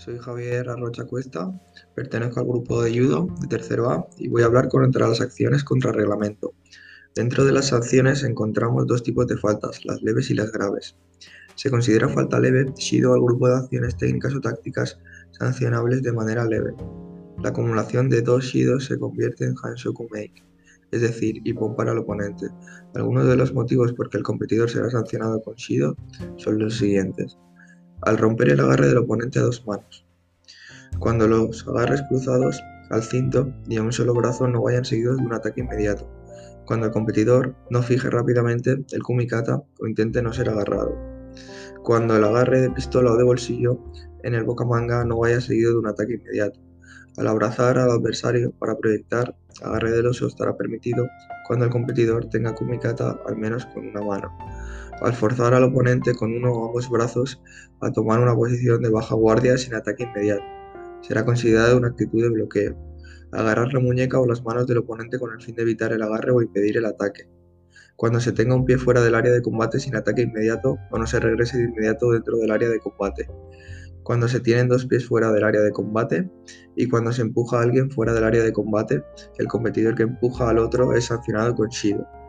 Soy Javier Arrocha Cuesta, pertenezco al grupo de judo de tercero A y voy a hablar contra las acciones contra reglamento. Dentro de las sanciones encontramos dos tipos de faltas, las leves y las graves. Se considera falta leve si al grupo de acciones técnicas o tácticas sancionables de manera leve. La acumulación de dos shidos se convierte en Hanshoku Make, es decir, hippon para el oponente. Algunos de los motivos por que el competidor será sancionado con shido son los siguientes. Al romper el agarre del oponente a dos manos. Cuando los agarres cruzados al cinto y a un solo brazo no vayan seguidos de un ataque inmediato. Cuando el competidor no fije rápidamente el kumikata o intente no ser agarrado. Cuando el agarre de pistola o de bolsillo en el bokamanga no vaya seguido de un ataque inmediato. Al abrazar al adversario para proyectar agarre del oso estará permitido cuando el competidor tenga kumikata al menos con una mano. Al forzar al oponente con uno o ambos brazos a tomar una posición de baja guardia sin ataque inmediato. Será considerada una actitud de bloqueo. Agarrar la muñeca o las manos del oponente con el fin de evitar el agarre o impedir el ataque. Cuando se tenga un pie fuera del área de combate sin ataque inmediato o no se regrese de inmediato dentro del área de combate. Cuando se tienen dos pies fuera del área de combate y cuando se empuja a alguien fuera del área de combate, el competidor que empuja al otro es sancionado con shido.